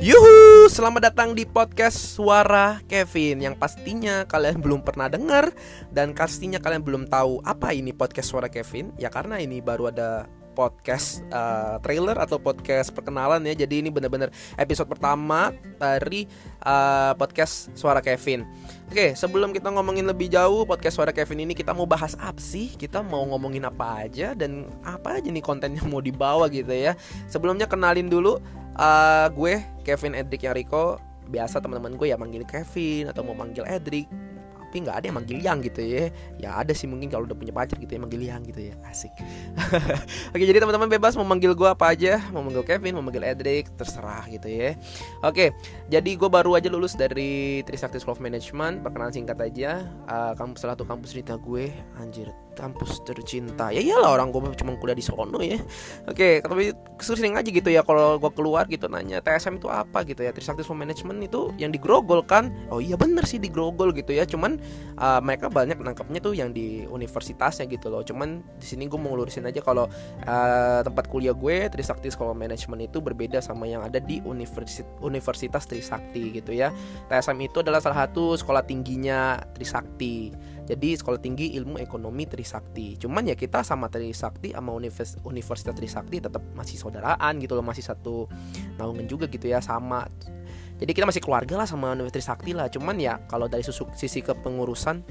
Yuhu, selamat datang di podcast Suara Kevin. Yang pastinya kalian belum pernah dengar dan pastinya kalian belum tahu apa ini podcast Suara Kevin. Ya karena ini baru ada podcast trailer atau podcast perkenalan ya. Jadi ini benar-benar episode pertama dari podcast Suara Kevin. Oke, sebelum kita ngomongin lebih jauh podcast Suara Kevin ini, kita mau bahas apa sih? Kita mau ngomongin apa aja dan apa aja nih konten yang mau dibawa gitu ya. Sebelumnya kenalin dulu, gue Kevin Edric Yariko. Biasa teman-teman gue ya manggil Kevin atau mau manggil Edric, tapi nggak ada yang manggil Yang gitu ya. Ya ada sih mungkin kalau udah punya pacar gitu ya manggil Yang gitu ya, asik. Oke, jadi teman-teman bebas mau manggil gue apa aja, mau manggil Kevin, mau manggil Edric, terserah gitu ya. Oke, jadi gue baru aja lulus dari Trisakti School of Management. Perkenalan singkat aja, kampus salah satu kampus cerita gue, anjir, kampus tercinta. Ya iyalah, orang gue cuma kuliah di sono ya. Oke, tapi sering aja gitu ya kalau gue keluar gitu nanya TSM itu apa gitu ya. Trisakti School of Management itu yang di Grogol kan? Oh iya bener sih di Grogol gitu ya. Cuman mereka banyak nangkapnya tuh yang di universitasnya gitu loh. Cuman di sini gue mau lurusin aja kalau tempat kuliah gue Trisakti School of Management itu berbeda sama yang ada di Universitas Trisakti gitu ya. TSM itu adalah salah satu sekolah tingginya Trisakti. Jadi sekolah tinggi ilmu ekonomi Trisakti. Cuman ya kita sama Trisakti sama Universitas Trisakti tetap masih saudaraan gitu loh, masih satu naungan juga gitu ya, sama. Jadi kita masih keluarga lah sama Universitas Trisakti lah. Cuman ya kalau dari sisi kepengurusan,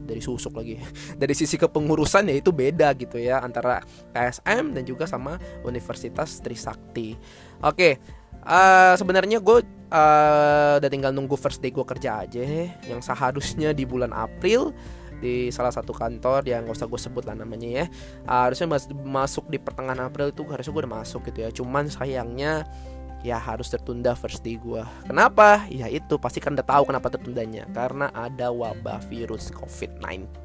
dari sisi kepengurusan ya itu beda gitu ya antara TSM dan juga sama Universitas Trisakti. Oke, sebenarnya gue udah tinggal nunggu first day gue kerja aja, yang seharusnya di bulan April di salah satu kantor yang gak usah gue sebut lah namanya ya. Harusnya masuk di pertengahan April itu harusnya gue udah masuk gitu ya. Cuman sayangnya ya harus tertunda first day gue. Kenapa? Ya itu pasti kan udah tahu kenapa tertundanya, karena ada wabah virus COVID-19.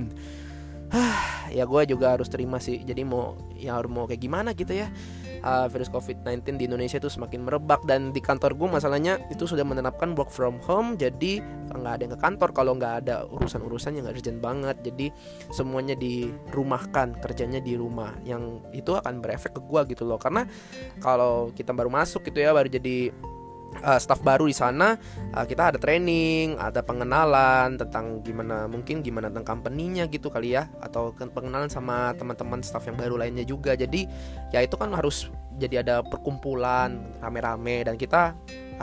Ya gue juga harus terima sih. Jadi mau kayak gimana gitu ya. Virus COVID-19 di Indonesia itu semakin merebak. Dan di kantor gue masalahnya itu sudah menerapkan work from home. Jadi gak ada yang ke kantor kalau gak ada urusan-urusan yang urgent banget. Jadi semuanya dirumahkan, kerjanya di rumah. Yang itu akan berefek ke gue gitu loh. Karena kalau kita baru masuk gitu ya, baru jadi staff baru di sana, kita ada training, ada pengenalan tentang gimana tentang company-nya gitu kali ya, atau pengenalan sama teman-teman staff yang baru lainnya juga. Jadi ya itu kan harus jadi ada perkumpulan rame-rame, dan kita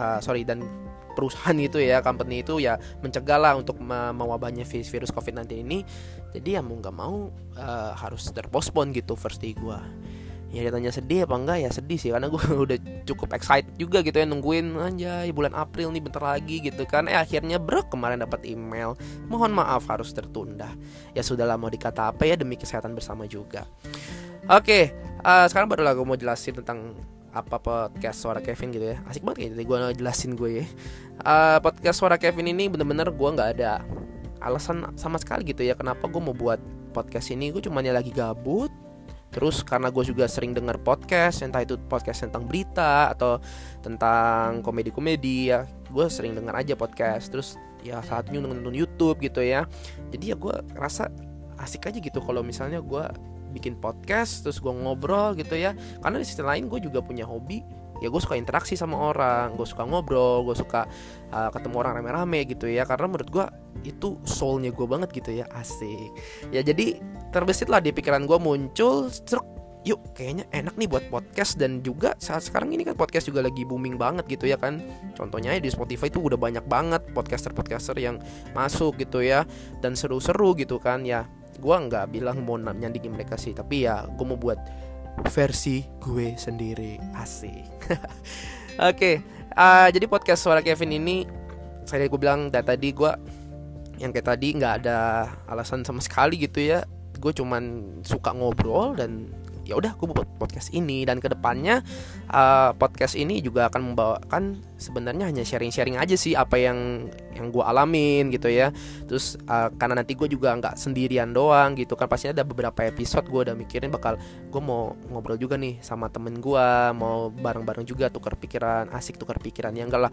dan perusahaan itu ya, company itu ya mencegah lah untuk mewabahnya virus COVID-19 ini. Jadi ya mau nggak mau harus terpospon gitu first day gua. Ya ditanya sedih apa enggak, ya sedih sih karena gue udah cukup excited juga gitu ya, nungguin anjay bulan April nih bentar lagi gitu kan. Akhirnya kemarin dapat email, mohon maaf harus tertunda. Ya sudahlah, mau dikata apa ya, demi kesehatan bersama juga. Oke, sekarang baru gue mau jelasin tentang apa podcast Suara Kevin gitu ya. Asik banget kayak gue jelasin gue ya. Podcast Suara Kevin ini bener-bener gue gak ada alasan sama sekali gitu ya kenapa gue mau buat podcast ini. Gue cuma lagi gabut. Terus karena gue juga sering denger podcast, entah itu podcast tentang berita atau tentang komedi-komedi ya, gue sering denger aja podcast. Terus ya saatnya nonton YouTube gitu ya. Jadi ya gue rasa asik aja gitu kalau misalnya gue bikin podcast terus gue ngobrol gitu ya. Karena di sisi lain gue juga punya hobi, ya gue suka interaksi sama orang, gue suka ngobrol, gue suka ketemu orang rame-rame gitu ya. Karena menurut gue itu soulnya gue banget gitu ya, asik. Ya jadi terbesit lah di pikiran gue muncul, yuk kayaknya enak nih buat podcast. Dan juga saat sekarang ini kan podcast juga lagi booming banget gitu ya kan. Contohnya di Spotify itu udah banyak banget podcaster yang masuk gitu ya, dan seru-seru gitu kan. Ya gue gak bilang mau nyandingin mereka sih, tapi ya gue mau buat versi gue sendiri, asik. Oke, jadi podcast Suara Kevin ini, saya gue bilang dari tadi, gue yang kayak tadi nggak ada alasan sama sekali gitu ya. Gue cuman suka ngobrol dan ya udah gue buat podcast ini. Dan kedepannya podcast ini juga akan membawakan sebenarnya hanya sharing-sharing aja sih apa yang gue alamin gitu ya. Terus karena nanti gue juga nggak sendirian doang gitu kan, pastinya ada beberapa episode gue udah mikirin bakal gue mau ngobrol juga nih sama temen gue, mau bareng-bareng juga tukar pikiran, asik tukar pikiran ya enggak lah.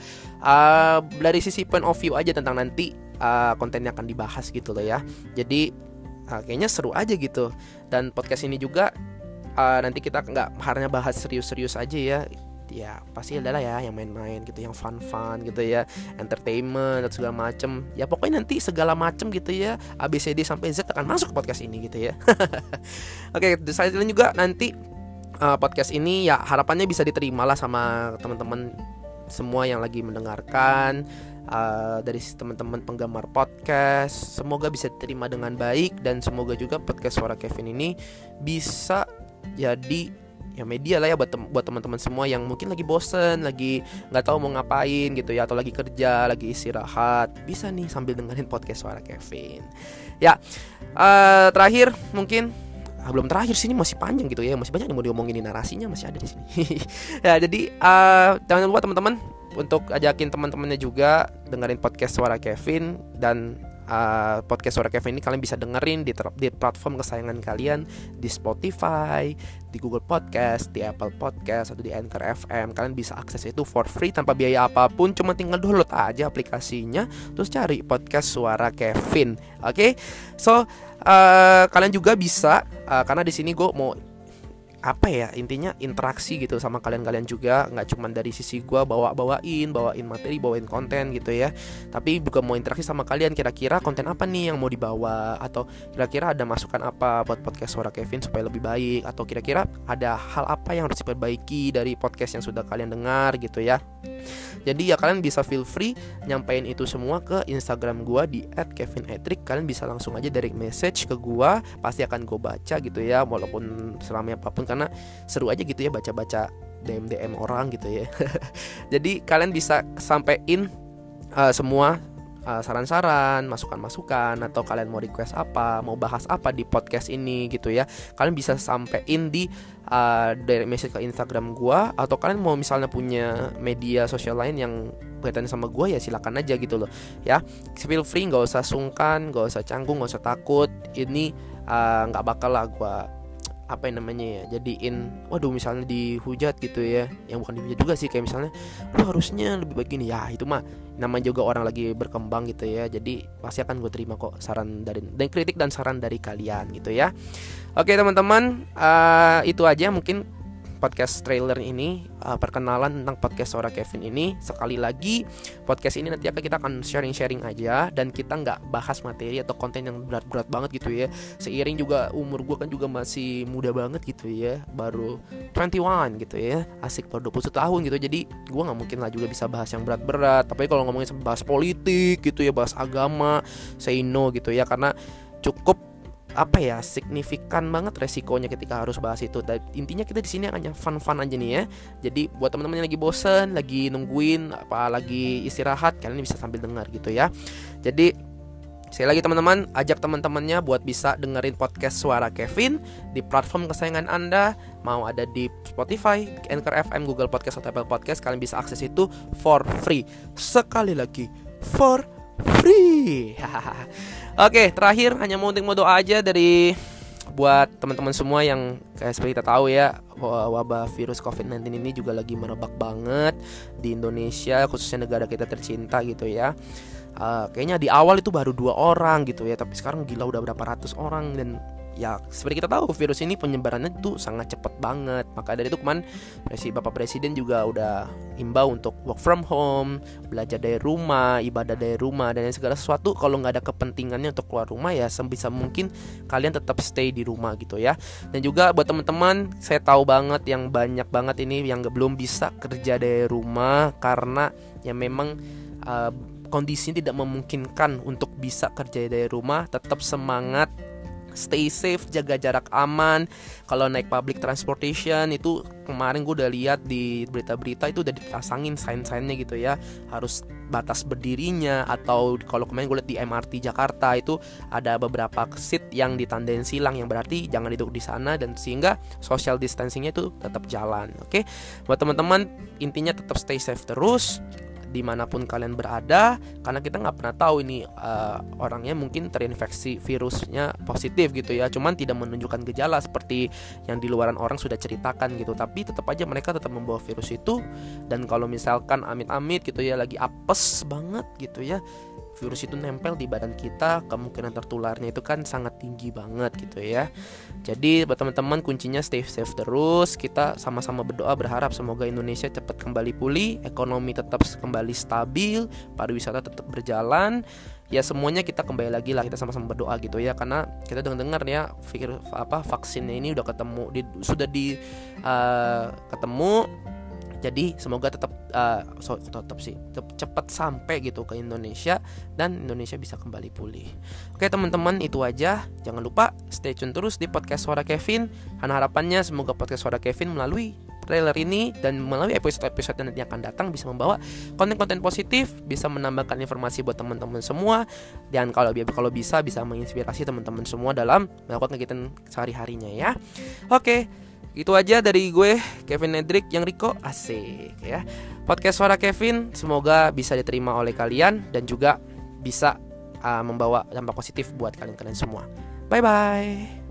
Dari sisi point of view aja tentang nanti kontennya akan dibahas gitu loh ya. Jadi kayaknya seru aja gitu. Dan podcast ini juga nanti kita nggak hanya bahas serius-serius aja ya. ya pasti adalah ya yang main-main gitu, yang fun-fun gitu ya, entertainment atau segala macem. Ya pokoknya nanti segala macem gitu ya, ABCD sampai Z akan masuk ke podcast ini gitu ya. Oke, saya juga nanti podcast ini ya harapannya bisa diterima lah sama teman-teman semua yang lagi mendengarkan, dari teman-teman penggemar podcast. Semoga bisa diterima dengan baik, dan semoga juga podcast Suara Kevin ini bisa jadi ya media lah ya buat teman-teman semua yang mungkin lagi bosen, lagi nggak tahu mau ngapain gitu ya, atau lagi kerja, lagi istirahat, bisa nih sambil dengerin podcast Suara Kevin. Ya, terakhir mungkin belum terakhir sini, masih panjang gitu ya, masih banyak yang mau diomongin, narasinya masih ada di sini. Ya, jadi jangan lupa teman-teman untuk ajakin teman-temannya juga dengerin podcast Suara Kevin. Dan podcast Suara Kevin ini kalian bisa dengerin di platform kesayangan kalian, di Spotify, di Google Podcast, di Apple Podcast, atau di Anchor FM. Kalian bisa akses itu for free tanpa biaya apapun, cuma tinggal download aja aplikasinya, terus cari podcast Suara Kevin. Oke, so kalian juga bisa karena di sini gue mau intinya interaksi gitu sama kalian juga, nggak cuma dari sisi gue bawain materi, bawain konten gitu ya, tapi juga mau interaksi sama kalian. Kira-kira konten apa nih yang mau dibawa, atau kira-kira ada masukan apa buat podcast Suara Kevin supaya lebih baik, atau kira-kira ada hal apa yang harus diperbaiki dari podcast yang sudah kalian dengar gitu ya. Jadi ya kalian bisa feel free nyampein itu semua ke Instagram gue di @kevinedric. Kalian bisa langsung aja direct message ke gue, pasti akan gue baca gitu ya, walaupun seramai apapun, karena seru aja gitu ya baca-baca DM orang gitu ya. Jadi kalian bisa sampein semua saran-saran, masukan-masukan, atau kalian mau request apa, mau bahas apa di podcast ini gitu ya. Kalian bisa sampein di direct message ke Instagram gua, atau kalian mau misalnya punya media sosial lain yang berkaitan sama gua, ya silakan aja gitu loh ya. Feel free, nggak usah sungkan, nggak usah canggung, nggak usah takut. Ini nggak bakal lah gua jadiin waduh misalnya dihujat gitu ya, yang bukan dihujat juga sih, kayak misalnya lu harusnya lebih begini ya. Itu mah namanya juga orang lagi berkembang gitu ya, jadi pasti akan gue terima kok saran dan kritik dan saran dari kalian gitu ya. Oke teman-teman, itu aja mungkin podcast trailer ini, perkenalan tentang podcast Suara Kevin ini. Sekali lagi, podcast ini nanti kita akan sharing-sharing aja, dan kita nggak bahas materi atau konten yang berat-berat banget gitu ya. Seiring juga umur gue kan juga masih muda banget gitu ya, baru 21 gitu ya, asik baru 21 tahun gitu. Jadi gue nggak mungkin lah juga bisa bahas yang berat-berat. Tapi kalau ngomongin bahas politik gitu ya, bahas agama, say no gitu ya, karena cukup signifikan banget resikonya ketika harus bahas itu. Dan intinya kita di sini hanya fun-fun aja nih ya. Jadi buat teman-teman yang lagi bosen, lagi nungguin lagi istirahat, kalian bisa sambil dengar gitu ya. Jadi sekali lagi teman-teman, ajak teman-temannya buat bisa dengerin podcast Suara Kevin di platform kesayangan Anda. Mau ada di Spotify, Anchor FM, Google Podcast, atau Apple Podcast, kalian bisa akses itu for free. Sekali lagi, for free. Oke, terakhir hanya mau doa aja buat teman-teman semua yang kayak seperti kita tahu ya, wabah virus COVID-19 ini juga lagi merebak banget di Indonesia, khususnya negara kita tercinta gitu ya. Kayaknya di awal itu baru 2 orang gitu ya, tapi sekarang gila udah berapa ratus orang. Dan ya seperti kita tahu, virus ini penyebarannya tuh sangat cepat banget. Maka dari itu kemarin Bapak Presiden juga udah imbau untuk work from home, belajar dari rumah, ibadah dari rumah, dan segala sesuatu. Kalau nggak ada kepentingannya untuk keluar rumah, ya sebisa mungkin kalian tetap stay di rumah gitu ya. Dan juga buat teman-teman, saya tahu banget yang banyak banget ini yang belum bisa kerja dari rumah karena ya memang kondisinya tidak memungkinkan untuk bisa kerja dari rumah. Tetap semangat, stay safe, jaga jarak aman. Kalau naik public transportation itu kemarin gue udah lihat di berita-berita itu udah dipasangin sign-signnya gitu ya, harus batas berdirinya. Atau kalau kemarin gue lihat di MRT Jakarta itu ada beberapa seat yang ditandain silang, yang berarti jangan duduk di sana, dan sehingga social distancingnya itu tetap jalan. Oke, buat teman-teman, intinya tetap stay safe terus dimanapun kalian berada, karena kita nggak pernah tahu ini orangnya mungkin terinfeksi virusnya positif gitu ya, cuman tidak menunjukkan gejala seperti yang di luaran orang sudah ceritakan gitu, tapi tetap aja mereka tetap membawa virus itu. Dan kalau misalkan amit-amit gitu ya lagi apes banget gitu ya, virus itu nempel di badan kita, kemungkinan tertularnya itu kan sangat tinggi banget gitu ya. Jadi buat teman-teman kuncinya stay safe terus. Kita sama-sama berdoa berharap semoga Indonesia cepat kembali pulih, ekonomi tetap kembali stabil, pariwisata tetap berjalan. Ya semuanya kita kembali lagi lah, kita sama-sama berdoa gitu ya, karena kita dengar ya vaksinnya ini udah ketemu ketemu. Jadi semoga tetap cepat sampai gitu ke Indonesia dan Indonesia bisa kembali pulih. Oke teman-teman, itu aja. Jangan lupa stay tune terus di podcast Suara Kevin. Karena harapannya semoga podcast Suara Kevin melalui trailer ini dan melalui episode-episode yang nanti akan datang bisa membawa konten-konten positif, bisa menambahkan informasi buat teman-teman semua, dan kalau bisa menginspirasi teman-teman semua dalam melakukan kegiatan sehari-harinya ya. Oke, itu aja dari gue Kevin Nedrick yang Riko, asik ya. Podcast Suara Kevin semoga bisa diterima oleh kalian dan juga bisa membawa dampak positif buat kalian semua. Bye bye.